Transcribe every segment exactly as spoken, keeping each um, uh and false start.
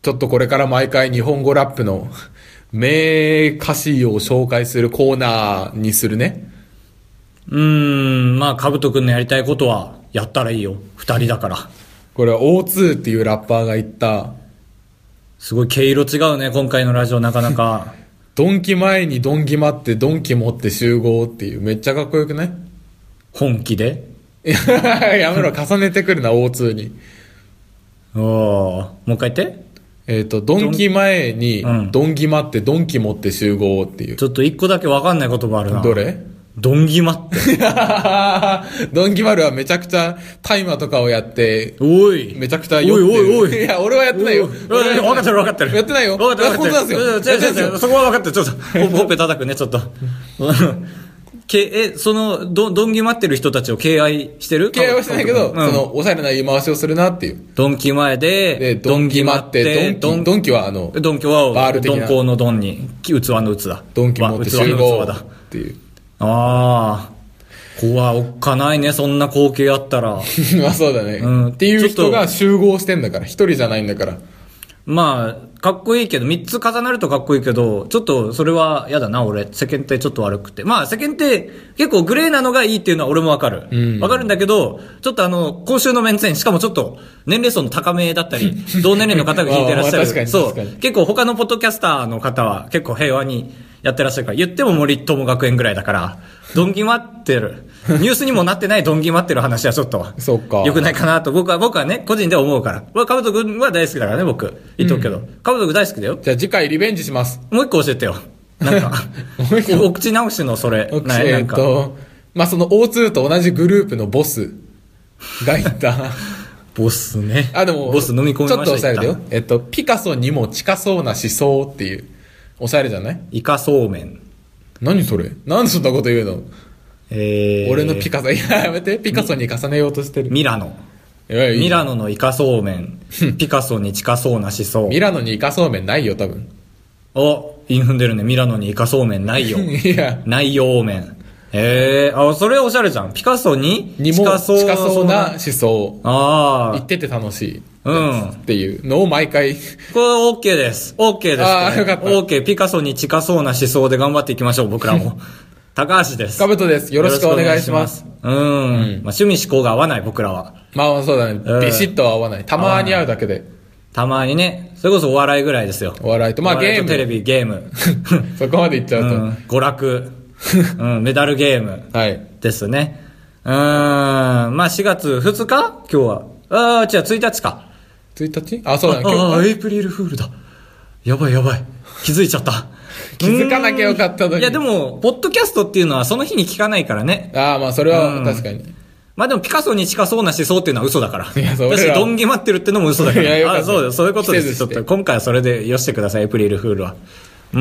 ちょっとこれから毎回日本語ラップの名歌詞を紹介するコーナーにするね。 うーん、まあ、かぶとくんのやりたいことはやったらいいよ。二人だから。 これは オーツー っていうラッパーが言った。 すごい毛色違うね、今回のラジオなかなか。 ドンキ前にドンキ待ってドンキ持って集合っていう、めっちゃかっこよくない？ 本気でやめろ、重ねてくるな、オーツー に。 おー、もう一回言って。 えっ、ー、と、ドンキ前にドンキ待ってドンキ持って集合っていう。 ちょっと一個だけわかんない言葉あるな。 どれ？ ドンギマって。 ドンギマルはめちゃくちゃ大麻とかをやって、 おい。 めちゃくちゃ酔ってる。 おいおいおい。 いや、俺はやってないよ。 分かってる分かってる。 やってないよ。 分かってる分かってる。 本当なんですよ。 違う違う違う。そこは分かってる。ちょっと、ほっぺ叩くね、ちょっと。けえ、その、ど、ドンギマってる人たちを敬愛してる？ 敬愛はしてないけど、うん、その、おしゃれな言い回しをするなっていう。 ドンキ前で、 で、ドンギマって、ドンキ、ドンキはあの、 ドンキは、 バール的な。 ドンコのドンに、器の器だ。 ドンキ持って集合っていう。 ああ。怖おっかないね、そんな光景あったら。 まあそうだね、うん。っていう人が集合してんだから、一人じゃないんだから。 まあ、かっこいいけど、三つ重なるとかっこいいけど、ちょっとそれは嫌だな、俺。世間体ちょっと悪くて。まあ世間体結構グレーなのがいいっていうのは俺もわかる。わ、うん、かるんだけど、ちょっとあの、公衆の面前、しかもちょっと年齢層の高めだったり、同年齢の方が聞いてらっしゃる。 確かにそう。 確かに結構他のポッドキャスターの方は結構平和にやってらっしゃるから、言っても森友学園ぐらいだから、ドンギマってる。ニュースにもなってないドンギマってる話はちょっと、 そうか。 良くないかなと、僕は、僕はね、個人で思うから。俺、かぶとくんは大好きだからね、僕。言っとくけど。かぶとくん大好きだよ。 じゃあ次回リベンジします。 もう一個教えてよ。なんか、お口直しのそれ。 なえっと、まあ、その オーツー と同じグループのボスがいた。 ボスね。 あ、でも、 ボス飲み込みました。 ちょっとおしゃれだよ。えっと、ピカソにも近そうな思想っていう、おしゃれじゃない？ イカそうめん。 何それ？なんでそんなこと言うの？ えー、 俺のピカソ、いや、やめて、ピカソに重ねようとしてる。 ミラノ。 いやいいミラノのイカそうめん。ピカソに近そうな思想。 ミラノにイカそうめんないよ、多分。 お、インフンでるね。ミラノにイカそうめんないよ。 いや。 ないよ麺。えー、あ、それおしゃれじゃん。ピカソににも近そう、近そうな思想。 ああ。 言ってて楽しい。 うん。 っていうのを毎回。 これ OK です。OK です、ね。 ああ、よかった。 OK。ピカソに近そうな思想で頑張っていきましょう、僕らも。高橋です。 かぶとです。よろしくお願いします。 うん。うん、まあ、趣味思考が合わない、僕らは。 まあそうだね。ビシッとは合わない。たまに会うだけで。 たまにね。それこそお笑いぐらいですよ。 お笑いと、まあゲーム。 テレビ、ゲーム。 そこまでいっちゃうと。うん、 娯楽。うん、メダルゲーム。 はい。 ですね。うーん。まあしがつふつか今日は。ああ、違う、ついたちか。 ついたち？あ、そうだね。今日ああ、エイプリルフールだ。やばいやばい。気づいちゃった。 気づかなきゃよかったのに。 いやでも、ポッドキャストっていうのはその日に聞かないからね。 ああ、まあそれは確かに。 まあでもピカソに近そうな思想っていうのは嘘だから。 いや、そう私、ドンギマってるってのも嘘だから。 いや、 あ、そうです。そういうことです。ちょっと、今回はそれでよしてください、エイプリルフールは。うん。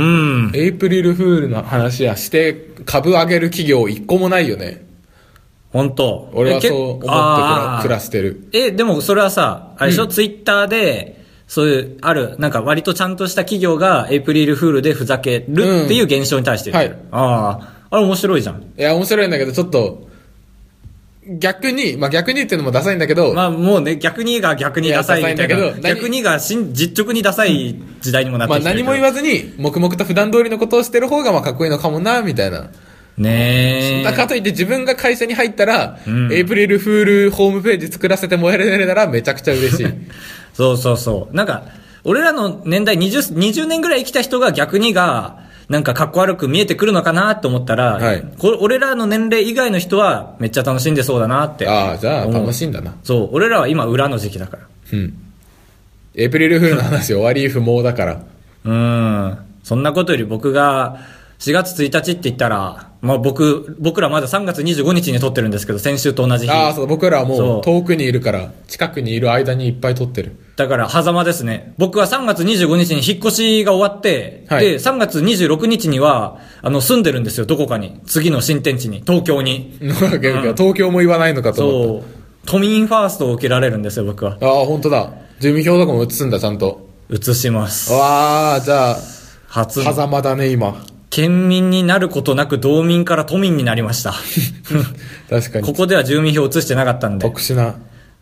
エイプリルフールの話はして、株上げる企業一個もないよね。 本当。 俺はそう思って暮らしてる。 え、でもそれはさ、あれでしょ、うん、ツイッターで、そういう、ある、なんか割とちゃんとした企業がエイプリルフールでふざけるっていう現象に対して言ってる。うん、はい。ああ、あれ面白いじゃん。 いや、面白いんだけど、ちょっと、逆に、まあ逆にっていうのもダサいんだけど。 まあもうね、逆にが逆にダサいみたいな。いやダサいんだけど、逆にが実直にダサい時代にもなってきてる、 うん。まあ何も言わずに、黙々と普段通りのことをしてる方がまあかっこいいのかもな、みたいな。 ねえ。 だかといって自分が会社に入ったら、うん、エイプリルフールホームページ作らせてもらえるならめちゃくちゃ嬉しい。 そうそうそう。なんか、俺らの年代にじゅう、にじゅうねんぐらい生きた人が逆にが、なんかかっこ悪く見えてくるのかなと思ったら、はい、これ俺らの年齢以外の人はめっちゃ楽しんでそうだなって。 ああ、じゃあ楽しいんだな。 そう、俺らは今裏の時期だから。 うん。エイプリルフールの話終わり不毛だから。 うーん。そんなことより僕がしがつついたちって言ったら、まあ僕、僕らまださんがつにじゅうごにちに撮ってるんですけど、先週と同じ日。 ああ、そう、僕らはもう遠くにいるから、近くにいる間にいっぱい撮ってる。 だから、狭間ですね。僕はさんがつにじゅうごにちに引っ越しが終わって、はい、で、さんがつにじゅうろくにちには、あの、住んでるんですよ、どこかに。次の新天地に、東京に。 うん、東京も言わないのかと思った。 そう。都民ファーストを受けられるんですよ、僕は。 ああ、本当だ。住民票とかも移すんだ、ちゃんと。 移します。 わあ、じゃあ、 初。 狭間だね、今。 県民になることなく道民から都民になりました。 確かに。 ここでは住民票移してなかったんで。 特殊な。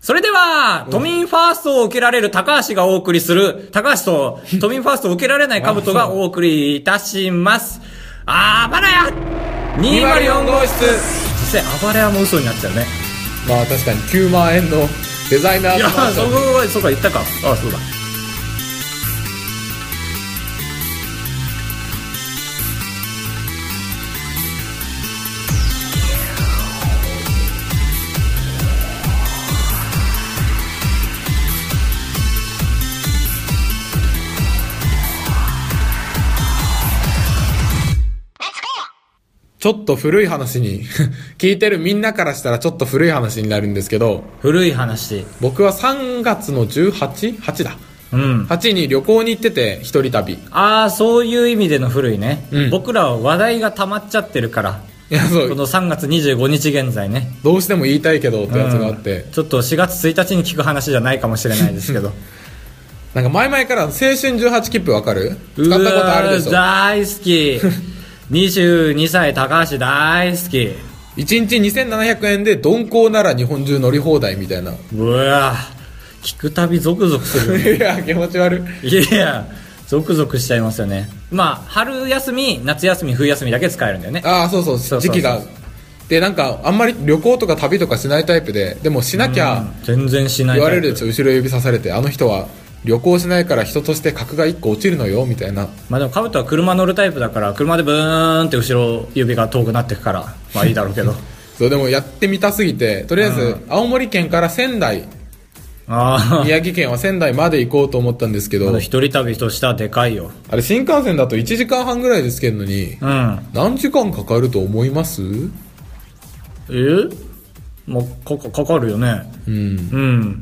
それでは、都民ファーストを受けられる高橋がお送りする、高橋と都民ファーストを受けられない兜がお送りいたします。あばらやにーまるよんごうしつ。実際、あばらやも嘘になっちゃうね。 まあ確かにきゅうまんえんのデザイナーいや、そこは、そうか、言ったか。ああ、そうだ。 ちょっと古い話に聞いてるみんなからしたらちょっと古い話になるんですけど、 古い話。 僕はさんがつのじゅうはち、はちだ。 うん。 はちに旅行に行ってて、一人旅。 ああ、そういう意味での古いね。 うん、 僕らは話題が溜まっちゃってるから。 いや、そう。 このさんがつにじゅうごにち現在ね。 どうしても言いたいけどってやつがあって。 うん、ちょっとしがつついたちに聞く話じゃないかもしれないですけど。 なんか前々から青春じゅうはち切符わかる？使ったことあるでしょ？ 大好き。にじゅうにさい高橋大好き。 いちにちにせんななひゃくえんで鈍行なら日本中乗り放題みたいな。 うわ聞くたびゾクゾクする。 いや気持ち悪い。いやゾクゾクしちゃいますよね。まあ春休み夏休み冬休みだけ使えるんだよね。 ああそうそう時期がでなんかあんまり旅行とか旅とかしないタイプで、でもしなきゃ全然しない言われるでしょ。後ろ指さされて、あの人は旅行しないから人として格がいっこ落ちるのよみたいな。 まあでもカブトは車乗るタイプだから車でブーンって後ろ指が遠くなってくからまあいいだろうけどそうでもやってみたすぎて、とりあえず青森県から仙台、あ宮城県は仙台まで行こうと思ったんですけど、 一人旅としてはでかいよ。 あれ新幹線だといちじかんはんぐらいですけどのに、うん、何時間かかると思います？ えまあ、か, かかるよね。うん。うん。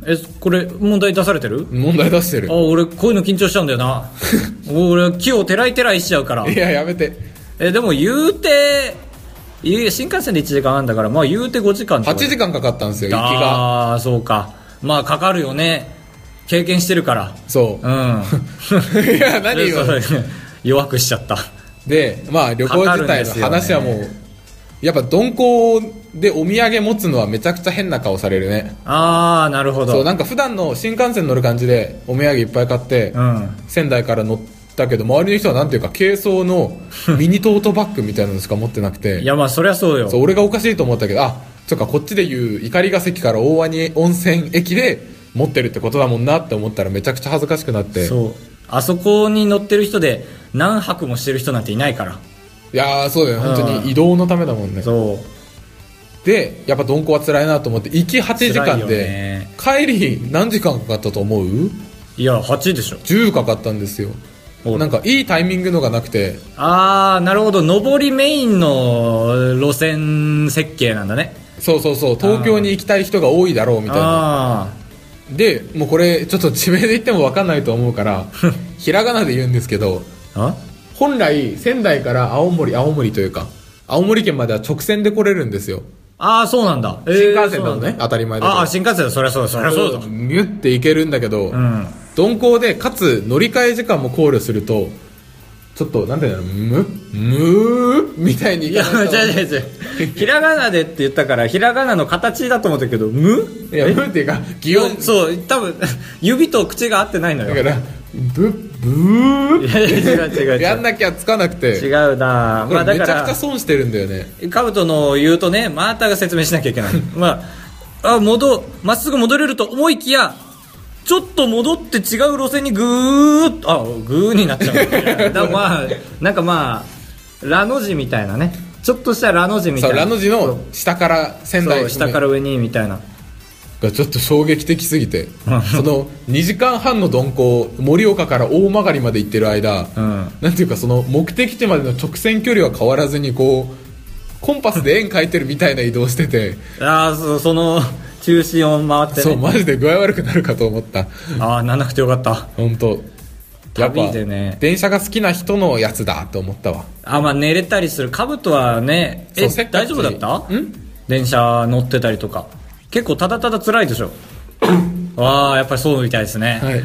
え、これ、問題出されてる？ 問題出してる。 あ、俺、こういうの緊張しちゃうんだよな。俺、木をてらいてらいしちゃうから。 いや、やめて。 え、でも言うて、新幹線でいちじかんはんだから、まあ言うてごじかんとか。 はちじかんかかったんですよ、行きが。 ああ、そうか。まあ、かかるよね。経験してるから。 そう。うん。いや、何よ。 弱くしちゃった。 で、まあ、旅行自体の話はもう、やっぱ鈍行でお土産持つのはめちゃくちゃ変な顔されるね。 ああなるほど。 そうなんか普段の新幹線乗る感じでお土産いっぱい買って、うん、仙台から乗ったけど周りの人はなんていうか軽装のミニトートバッグみたいなのしか持ってなくていやまあそりゃそうよ。 そう俺がおかしいと思ったけど、あそっかこっちでいう碇ヶ関から大鰐温泉駅で持ってるってことだもんなって思ったらめちゃくちゃ恥ずかしくなって。 そうあそこに乗ってる人で何泊もしてる人なんていないから。 いやーそうだよ、本当に移動のためだもんね。 そうでやっぱ鈍行は辛いなと思って行きはちじかんで、ね、帰り何時間かかったと思う？ いやはちでしょ。 じゅうかかったんですよ。なんかいいタイミングのがなくて。 ああなるほど、上りメインの路線設計なんだね。 そうそうそう、東京に行きたい人が多いだろうみたいな。でもうこれちょっと地名で言っても分かんないと思うからひらがなで言うんですけどあ本来仙台から青森青森というか青森県までは直線で来れるんですよ。 ああそうなんだ。 新幹線だとね、当たり前だけど。 ああ新幹線だ、そりゃそうだそりゃそうだ。 ミュッて行けるんだけど、うん、鈍行でかつ乗り換え時間も考慮するとちょっとなんていうのむむーみたいにいや違う違う違うひらがなでって言ったからひらがなの形だと思ったけどむいやむっていうか擬音そう多分指と口が合ってないのよ。 だからブブーいや違う違う違うやんなきゃつかなくて違うな、まあ、だからめちゃくちゃ損してるんだよね。 カブトの言うとねまたが説明しなきゃいけないまああ戻まっすぐ戻れると思いきやちょっと戻って違う路線にグーッとあグーになっちゃうだからまあなんかまあラの字みたいなね、ちょっとしたラの字みたいな。 そうラの字の下から仙台下から上にみたいながちょっと衝撃的すぎてそのにじかんはんの鈍行盛岡から大曲まで行ってる間、うん、なんていうかその目的地までの直線距離は変わらずにこうコンパスで円描いてるみたいな移動しててああ そ, その中心を回ってね。 そうマジで具合悪くなるかと思った。 ああなんなくてよかった。 本当やっぱ旅でね電車が好きな人のやつだと思ったわ。 あまあ寝れたりする。カブトはねえ大丈夫だった？ん電車乗ってたりとか結構ただただ辛いでしょわあやっぱりそうみたいですね、はい、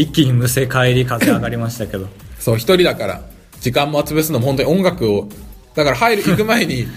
一気にむせ返り風上がりましたけどそう一人だから時間も潰すのも本当に音楽をだから入る行く前に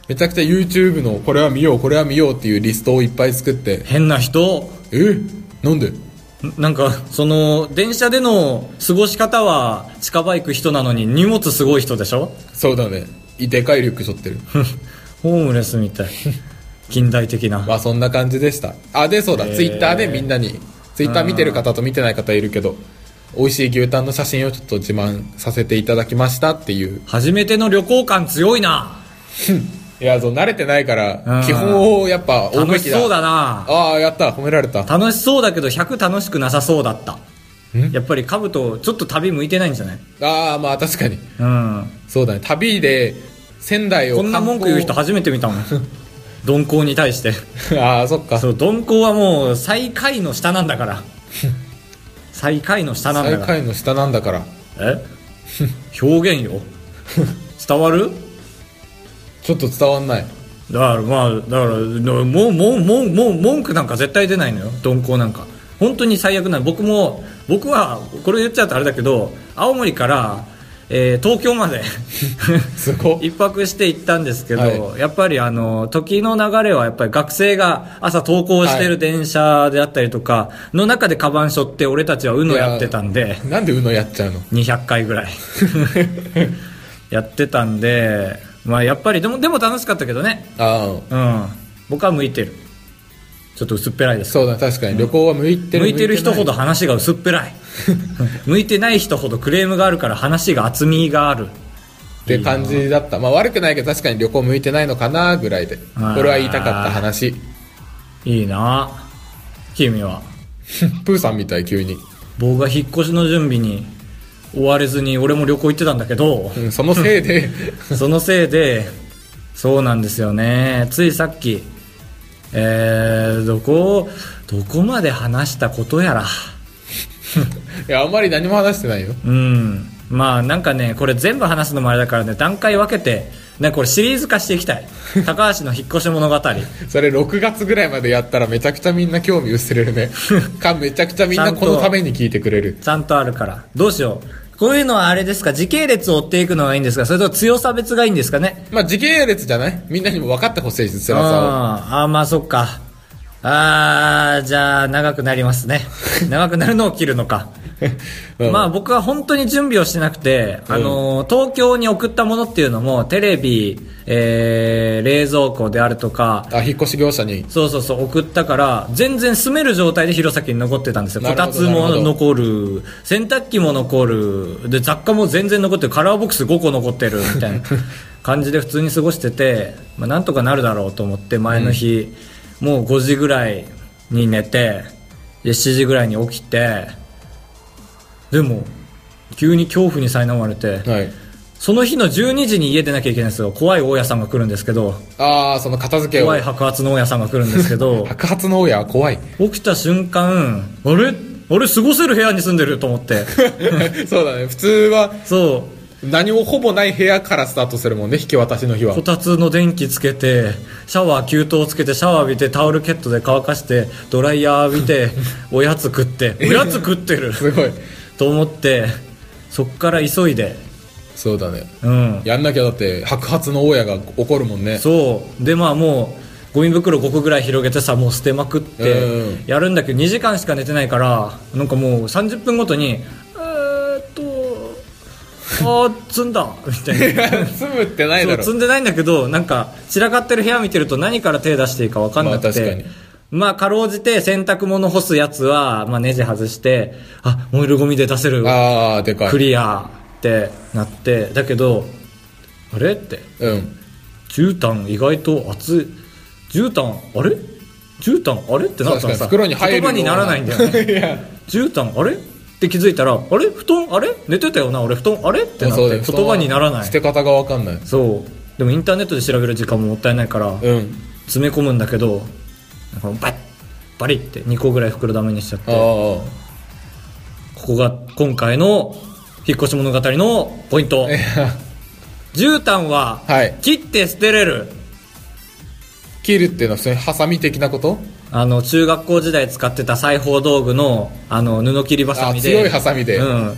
めちゃくちゃ YouTube のこれは見ようこれは見ようっていうリストをいっぱい作って。 変な人。 えなんで？ なんかその電車での過ごし方は近場行く人なのに荷物すごい人でしょ。 そうだね、でかいリュック背負ってるホームレスみたい近代的な。 まあそんな感じでした。あでそうだ、 えー、 ツイッターでみんなに、ツイッター見てる方と見てない方いるけど、美味しい牛タンの写真をちょっと自慢させていただきましたっていう。 初めての旅行感強いな。 いやそう慣れてないから基本をやっぱ追うべきだ。楽しそうだな。 ああやった、褒められた。 楽しそうだけどひゃく楽しくなさそうだった。やっぱりカブトちょっと旅向いてないんじゃない？ ああまあ確かに、 うん、 そうだね、旅で仙台をこんな文句言う人初めて見たもん鈍行に対してああそっか、 そう鈍行はもう最下位の下なんだから最下位の下なんだから最下位の下なんだからえ表現よ伝わる？ ちょっと伝わんない。 だからまあだからもうもうもうもう文句なんか絶対出ないのよ鈍行なんか。本当に最悪なの。僕も僕はこれ言っちゃうとあれだけど青森から、えー、東京まですご一泊して行ったんですけど、はい、やっぱりあの時の流れはやっぱり学生が朝登校してる電車であったりとかの中でカバン背負って俺たちは ウノ やってたんで。 なんで ウノ やっちゃうの？ にひゃっかいぐらいやってたんで、まあやっぱりでもでも楽しかったけどね。 ああ、 うん、僕は向いてる。ちょっと薄っぺらいです。 そうだ確かに旅行は向いてる、 向いてる人ほど話が薄っぺらい向いてない人ほどクレームがあるから話が厚みがあるって感じだった。まあ悪くないけど確かに旅行向いてないのかなぐらいで、これは言いたかった話。 いいな君はプーさんみたい急に。 僕が引っ越しの準備に追われずに俺も旅行行ってたんだけど、 うん、そのせいでそのせいでそうなんですよね。ついさっきえー、どこどこまで話したことやらいやあんまり何も話してないよ。 うんまあなんかねこれ全部話すのもあれだからね段階分けてねこれシリーズ化していきたい高橋の引っ越し物語それろくがつぐらいまでやったらめちゃくちゃみんな興味薄れるねかめちゃくちゃみんなこのために聞いてくれる。 ちゃんとあるからどうしよう。こういうのはあれですか、時系列を追っていくのがいいんですか、それとも強さ別がいいんですかね。 まあ時系列じゃない、みんなにも分かってほしいです辛さを。 ああまあそっか。ああじゃあ長くなりますね長くなるのを切るのかうん、まあ僕は本当に準備をしてなくて、あのー、東京に送ったものっていうのもテレビ、えー、冷蔵庫であるとか、 あ引っ越し業者にそうそうそう送ったから全然住める状態で弘前に残ってたんですよ。こたつも残る、洗濯機も残るで雑貨も全然残ってる、カラーボックスごこ残ってるみたいな感じで普通に過ごしてて、まあ、なんとかなるだろうと思って前の日、うん、もうごじぐらいに寝てでしちじぐらいに起きて、でも急に恐怖に苛まれて、はい、その日のじゅうにじに家出なきゃいけないんですよ。怖い大家さんが来るんですけど、 ああその片付けを怖い白髪の大家さんが来るんですけど白髪の大家は怖い。 起きた瞬間あれあれ過ごせる部屋に住んでると思ってそうだね、普通はそう何もほぼない部屋からスタートするもんね、引き渡しの日は。 こたつの電気つけてシャワー給湯つけてシャワー浴びてタオルケットで乾かしてドライヤー浴びておやつ食っておやつ食ってるすごいと思ってそっから急いで。 そうだね、 うん、 やんなきゃだって白髪の大家が怒るもんね。 そうでまあもうゴミ袋ごこぐらい広げてさもう捨てまくってやるんだけどにじかんしか寝てないからなんかもうさんじゅっぷんごとにえーっとあー積んだみたいな積むってないだろ。 そう積んでないんだけどなんか散らかってる部屋見てると何から手出していいか分かんなくて、まあ確かにまあかろうじて洗濯物干すやつは、まあ、ネジ外してあ燃えるゴミで出せるあーでかいクリアってなってだけどあれってうん絨毯意外と熱い絨毯あれ絨毯あれってなったらさ袋に入る言葉にならないんだよねいや絨毯あれって気づいたらあれ布団あれ寝てたよな俺布団あれってなって言葉にならない捨て方が分かんない。 そうでもインターネットで調べる時間ももったいないから、うん、詰め込むんだけどバッバリってにこぐらい袋ダメにしちゃって、ここが今回の引っ越し物語のポイント。絨毯は切って捨てれる、はい、 切るっていうのは普通にハサミ的なこと？ あの中学校時代使ってた裁縫道具のあの布切りバサミで強いハサミで、 うん、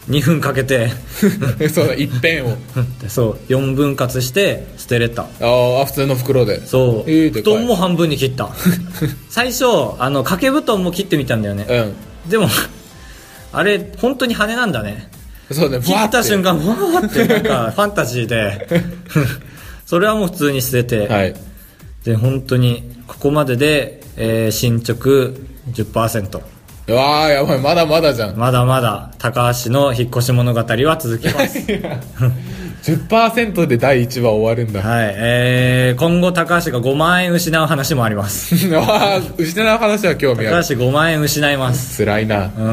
にふんかけてそうだ、一辺をそうよんぶん割して捨てれた。 ああ、普通の袋で。 そう、 えー、 布団も半分に切った最初あの掛け布団も切ってみたんだよね、うん、でもあれ本当に羽なんだね。 そうね、 切った瞬間わーってなんかファンタジーでそれはもう普通に捨てて、はい、で本当にここまでで、えー、進捗 じゅっパーセント。 うわー、やばい、まだまだじゃん。 まだまだ高橋の引っ越し物語は続きますじゅっパーセント でだいいちわ終わるんだ。 はい、えー、今後高橋がごまん円失う話もありますあー、失う話は興味ある。 高橋ごまん円失います。 辛いな。 うん。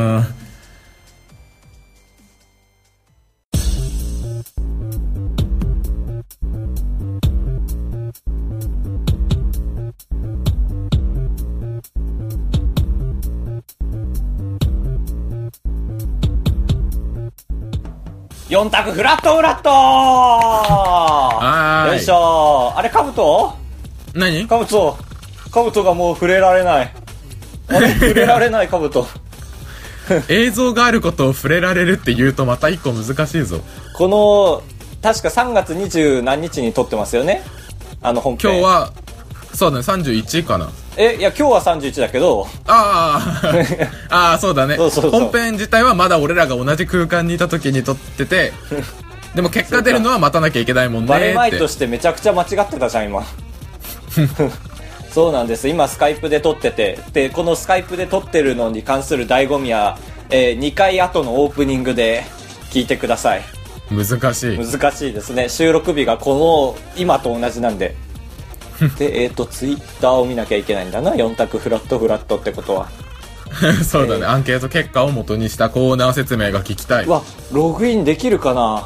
よん択フラットフラットはーい。 よいしょ。あれ、カブト何カブト。カブトがもう触れられない。あれ触れられないカブト。 映像があることを触れられるって言うとまた一個難しいぞ。 この、確かさんがつにじゅう何日に撮ってますよね、あの本編。 今日は、そうだね、さんじゅういちかな。 え、いや、今日はさんじゅういちだけど。 ああ、ああ、そうだね。 そうそうそう。 本編自体はまだ俺らが同じ空間にいた時に撮ってて、でも結果出るのは待たなきゃいけないもんねって。バレまいとしてめちゃくちゃ間違ってたじゃん、今。そうなんです。今、スカイプで撮ってて、で、このスカイプで撮ってるのに関する醍醐味は、えー、にかい後のオープニングで聞いてください。 難しい。 難しいですね。収録日がこの、今と同じなんで。で、えっと、ツイッターを見なきゃいけないんだな。よん択フラットフラットってことは。 そうだね、えー、アンケート結果を元にしたコーナー説明が聞きたい。 うわ、ログインできるかな。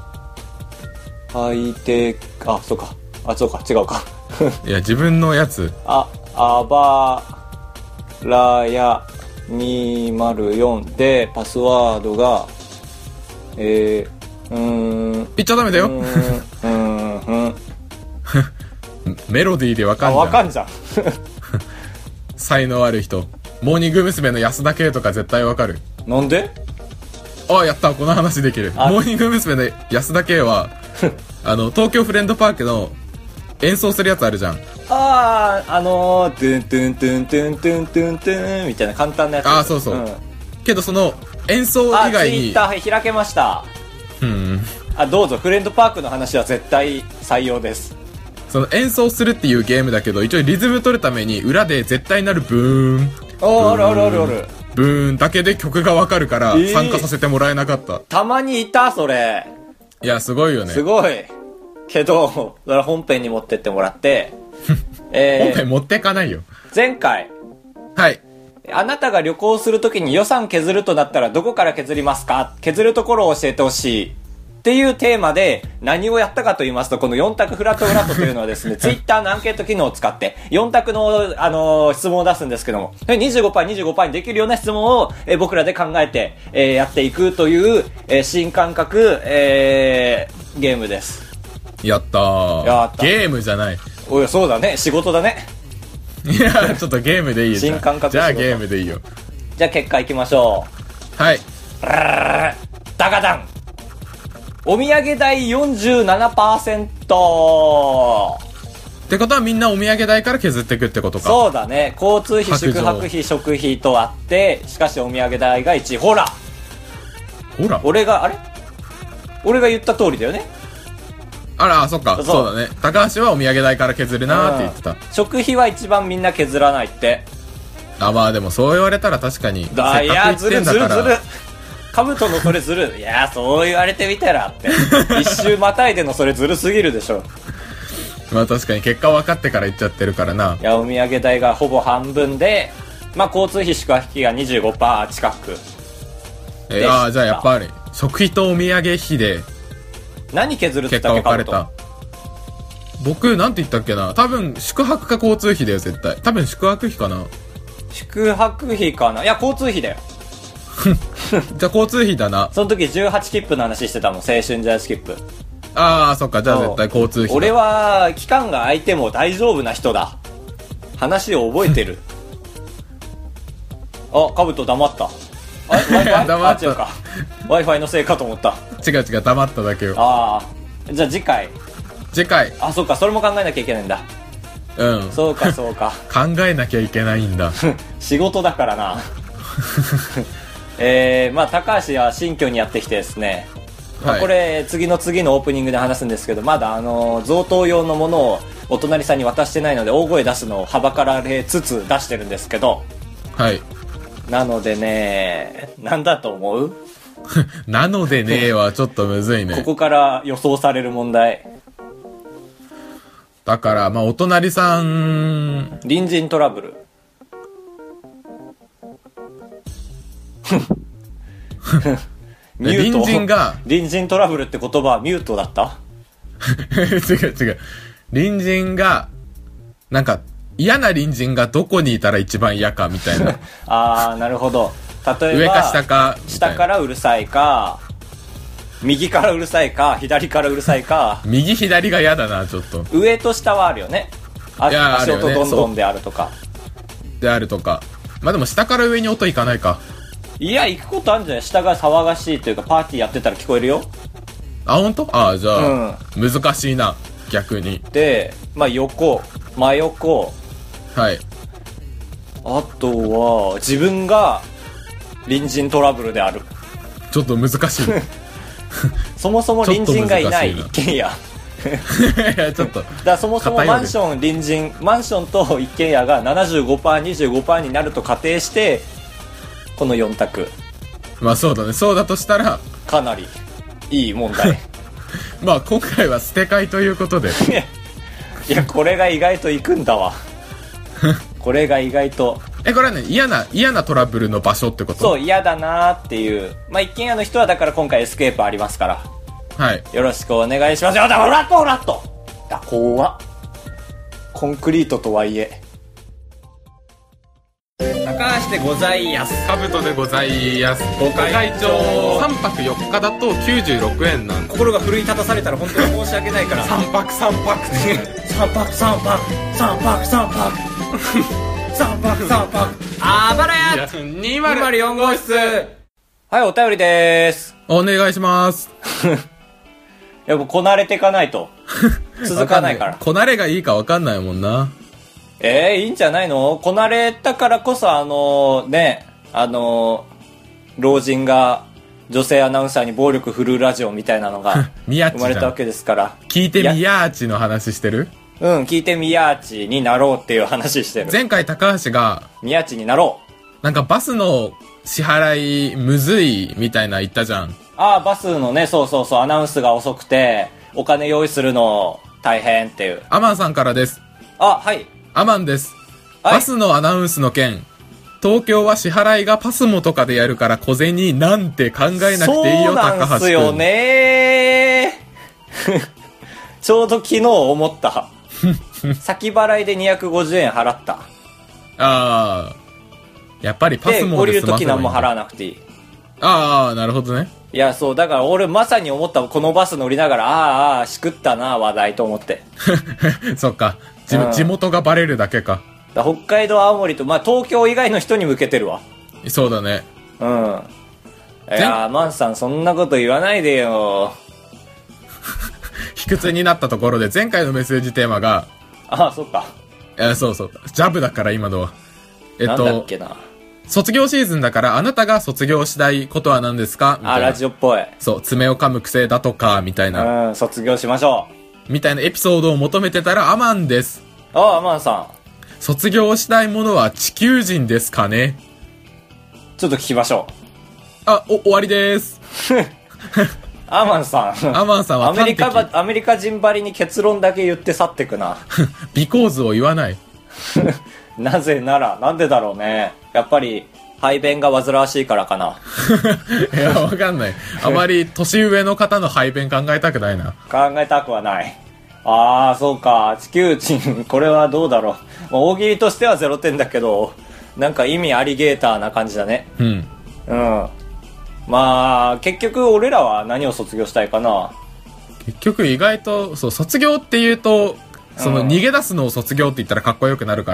はいて、あ、そうか。あ、そうか、違うか。 いや、自分のやつ。 あ、あばらやにまるよんで、パスワードが、えー、うーん。 言っちゃダメだよ。 うーん、うん、うん。 メロディーでわかんじゃん。 あ、わかんじゃん。 才能ある人。モーニング娘。の安田圭とか絶対わかる。 なんで？ あ、やった、この話できる。モーニング娘。の安田圭は、あの、東京フレンドパークの演奏するやつあるじゃん。 あー、あのー、トゥントゥントゥントゥントゥントゥントゥンみたいな簡単なやつ。 あー、そうそう。うん、けどその、演奏以外に。あ、ツイッター開けました。 うん。あ、 どうぞ、フレンドパークの話は絶対採用です。 その演奏するっていうゲームだけど、一応リズム取るために裏で絶対なるブーン。 あ、あるあるあるある。 ブーンだけで曲がわかるから参加させてもらえなかった。えー、 たまにいた、それ。 いや、すごいよね。 すごい。けど、それ本編に持ってってもらって。 えー、本編持ってかないよ。 前回。 はい。 あなたが旅行するときに予算削るとなったらどこから削りますか？削るところを教えてほしい。っていうテーマで何をやったかと言いますと、このよん択フラットフラットというのはですね、ツイッターのアンケート機能を使ってよん択の、あのー、質問を出すんですけども、にじゅうごパーセント、にじゅうごパーセント にできるような質問を、えー、僕らで考えて、えー、やっていくという、えー、新感覚、えー、ゲームです。 やったー。 やった。 ゲームじゃない。 おい、そうだね。仕事だね。 いや、ちょっとゲームでいいよ。 新感覚。 じゃあゲームでいいよ。 じゃあ結果いきましょう。はい。 ダガダン。お土産代 よんじゅうななパーセントってことはみんなお土産代から削っていくってことか。 そうだね。交通費、宿泊費、食費とあって、しかしお土産代がいちい。ほらほら俺が、あれ俺が言った通りだよね。 あら、そっか。そう、そうだね。高橋はお土産代から削るなーって言ってた。 食費は一番みんな削らないって。 あ、まあでもそう言われたら確かに。 だ、いや、ずるずるずる。カブトのそれずる。いや、そう言われてみたらって。一周またいでのそれずるすぎるでしょ。 まあ確かに結果分かってから言っちゃってるからな。 いや、お土産代がほぼ半分で、まあ交通費宿泊費が にじゅうごパーセント 近く。 えー、ああ、じゃあやっぱり、食費とお土産費で、 何削るって言ったっけ、カブト。 僕、なんて言ったっけな。多分、宿泊か交通費だよ、絶対。多分、宿泊費かな。 宿泊費かな。いや、交通費だよ。 じゃあ交通費だな。 その時じゅうはち切符の話してたもん、青春ジャージ切符。 ああ、そっか、じゃあ絶対交通費だ。 俺は期間が空いても大丈夫な人だ。話を覚えてる。あ、カブト黙った。 Wi-Fi? 黙った。 あ、違うか。Wi-Fi のせいかと思った。 違う違う、黙っただけよ。 ああ。じゃあ次回。 次回。 あ、そうか、それも考えなきゃいけないんだ。 うん。 そうか、そうか。 考えなきゃいけないんだ。 仕事だからな。えー、まあ、高橋は新居にやってきてですね。まあ、これ、次の次のオープニングで話すんですけど、まだ、あの、贈答用のものをお隣さんに渡してないので、大声出すのをはばかられつつ出してるんですけど。 はい。 なのでね、なんだと思う？ なのでねはちょっとむずいね。 ここから予想される問題。 だから、まあ、お隣さん。 隣人トラブル。ミュート。 隣人が。 隣人トラブルって言葉はミュートだった？ 違う違う。隣人が、なんか、嫌な隣人がどこにいたら一番嫌かみたいな。 あー、なるほど。例えば、 上か下か。 下からうるさいか、右からうるさいか、左からうるさいか。 右左が嫌だな、ちょっと。 上と下はあるよね。あ、 いや足音どんどんであるとか。 であるとか。まあでも下から上に音いかないか。 いや、行くことあるんじゃない？下が騒がしいというか、パーティーやってたら聞こえるよ。 あ、ほんと？ああ、じゃあ、 うん、 難しいな、逆に。 で、まあ横、真横。 はい。 あとは、自分が隣人トラブルである。 ちょっと難しい。 そもそも隣人がいない一軒家。 いや、ちょっと。 だからそもそもマンション、隣人、マンションと一軒家が ななじゅうごパーセント、にじゅうごパーセント になると仮定して、このよん択。 まあそうだね。そうだとしたら、 かなりいい問題。 まあ今回は捨て替えということで。 いや、これが意外といくんだわ。これが意外と。 え、これはね、嫌な、嫌なトラブルの場所ってこと？ そう、嫌だなーっていう。まあ一軒家の人はだから今回エスケープありますから。 はい。 よろしくお願いします。よ、だ、フラットフラットだ、怖っ。コンクリートとはいえ。高橋でございやす。 カブトでございやす。ご会長。さんぱくよっかだときゅうじゅうろくえんなんで。 心が奮い立たされたら本当に申し訳ないから。 さんぱくさんぱくって。 さんぱくさんぱく。さんぱくさんぱく。さんぱくさんぱく。あばらやにまるよん号室。はい、お便りでーす。 お願いします。 やっぱこなれていかないと。続かないから。 こなれがいいかわかんないもんな。 えー、いいんじゃないの？こなれたからこそ、あのー、ね、あのー、老人が女性アナウンサーに暴力振るうラジオみたいなのが生まれたわけですから。 聞いてみやーちの話してる？ うん、聞いてみやーちになろうっていう話してる。 前回高橋が、 みやーちになろう。なんかバスの支払いむずいみたいな言ったじゃん。 ああ、バスのね、そうそうそう、アナウンスが遅くて、お金用意するの大変っていう。 アマンさんからです。 あ、はい。 アマンです。バスのアナウンスの件、東京は支払いがパスモとかでやるから小銭なんて考えなくていいよ、高橋君。そうなんすよねちょうど昨日思った。先払いでにひゃくごじゅうえん払った。 ああ。やっぱりパスモで済ませばいいんだ。 で、降りるとき何も払わなくていい。 ああ、なるほどね。 いや、そう、だから俺まさに思った。このバス乗りながら、ああ、ああ、しくったな、話題と思って。 そっか。地, うん、地元がバレるだけか。 だ北海道、青森と、まあ東京以外の人に向けてるわ。 そうだね。 うん。いやー、マンさんそんなこと言わないでよ。 卑屈になったところで、前回のメッセージテーマが、 ああ、そっか。 いや、そうそう。ジャブだから今のは。えっと、 なんだっけな。 卒業シーズンだから、あなたが卒業したいことは何ですかみたいな。 あ、ラジオっぽい。 そう、爪を噛む癖だとか、みたいな。 うん、卒業しましょう。みたいなエピソードを求めてたら、アマンです。 ああ、アマンさん。 卒業したいものは地球人ですかね？ ちょっと聞きましょう。 あ、お、終わりです。 アマンさん。 アマンさんはアメリカば、アメリカ人ばりに結論だけ言って去ってくな。 ビコーズを言わない。 なぜなら、なんでだろうね。やっぱり、排便が煩わしいからかな。 いや、わかんない。あまり年上の方の排便考えたくないな。 考えたくはない。ああ、そうか。地球人、これはどうだろう。まあ、大喜利としてはゼロてんだけど、なんか意味アリゲーターな感じだね。 うん。 うん。まあ、結局俺らは何を卒業したいかな。 結局意外と、そう、卒業って言うと、その逃げ出すのを卒業って言ったらかっこよくなるから。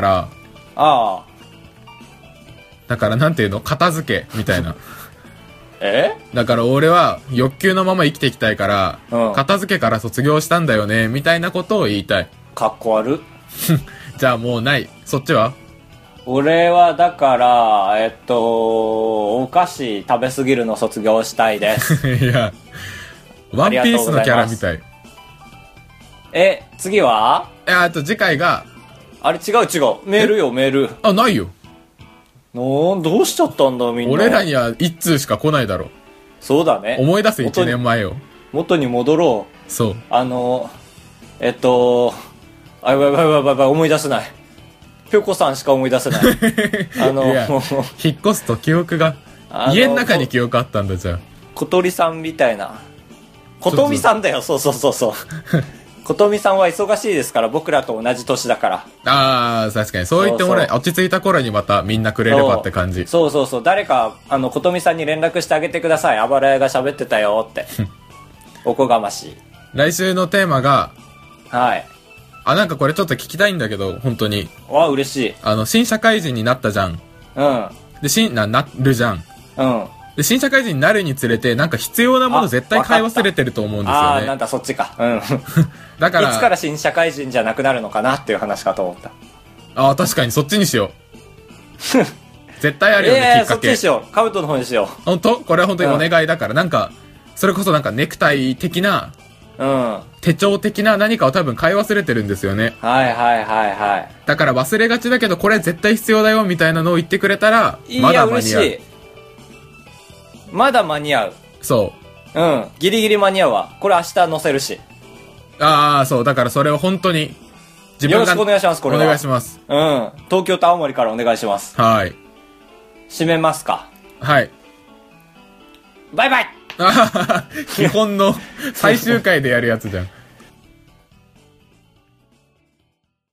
ああ。 だからなんていうの？片付けみたいな。 えだから俺は欲求のまま生きていきたいから、 うん、 片付けから卒業したんだよね、みたいなことを言いたい。 かっこ悪。 じゃあもうない。そっちは？ 俺はだから、えっと、お菓子食べすぎるの卒業したいです。 いや、ワンピースのキャラみたい。 え、次は？ え、あと次回が、 あれ違う違う。メールよ、メール。 あ、ないよ。 なんどうしちゃったんだみんな。 俺らには一通しか来ないだろ。 そうだね。 思い出せいちねんまえを。 元に戻ろう。そう。 あの、えっと、あ、やばいやばいやばいやばい、思い出せない。ぴょこさんしか思い出せない。あの、 引っ越すと記憶が、家の中に記憶あったんだじゃあ。 小鳥さんみたいな。ことみさんだよ、そうそうそうそう。ことみさんは忙しいですから、僕らと同じ年だから。 ああ、確かに。そう言ってもらえ、落ち着いた頃にまたみんなくれればって感じ。 そうそうそう。誰か、あの、ことみさんに連絡してあげてください。あばらやが喋ってたよって。おこがましい。 来週のテーマが、 はい。 あ、なんかこれちょっと聞きたいんだけど、本当に。 わ、嬉しい。 あの、新社会人になったじゃん。 うん。 で、新、な、なるじゃん。 うん。 で、新社会人になるにつれて、なんか必要なもの絶対買い忘れてると思うんですよね。 ああ、なんだそっちか。うん。 だから。 いつから新社会人じゃなくなるのかなっていう話かと思った。 ああ、確かにそっちにしよう。絶対あるよね、 えー、 きっかけ。 そっちにしよう。カブトの方にしよう。本当？これは本当にお願いだから、うん、なんか、それこそなんかネクタイ的な、 うん。 手帳的な何かを多分買い忘れてるんですよね。 はいはいはいはい。 だから忘れがちだけど、これ絶対必要だよみたいなのを言ってくれたら、 いやまだ間に合う。嬉しい。 まだ間に合う。 そう。 うん。ギリギリ間に合うわ。これ明日載せるし。 ああ、そう。だからそれを本当に、 自分がよろしくお願いします、これは。 お願いします。 うん。東京と青森からお願いします。 はい。 締めますか。 はい。 バイバイ基本の最終回でやるやつじゃん。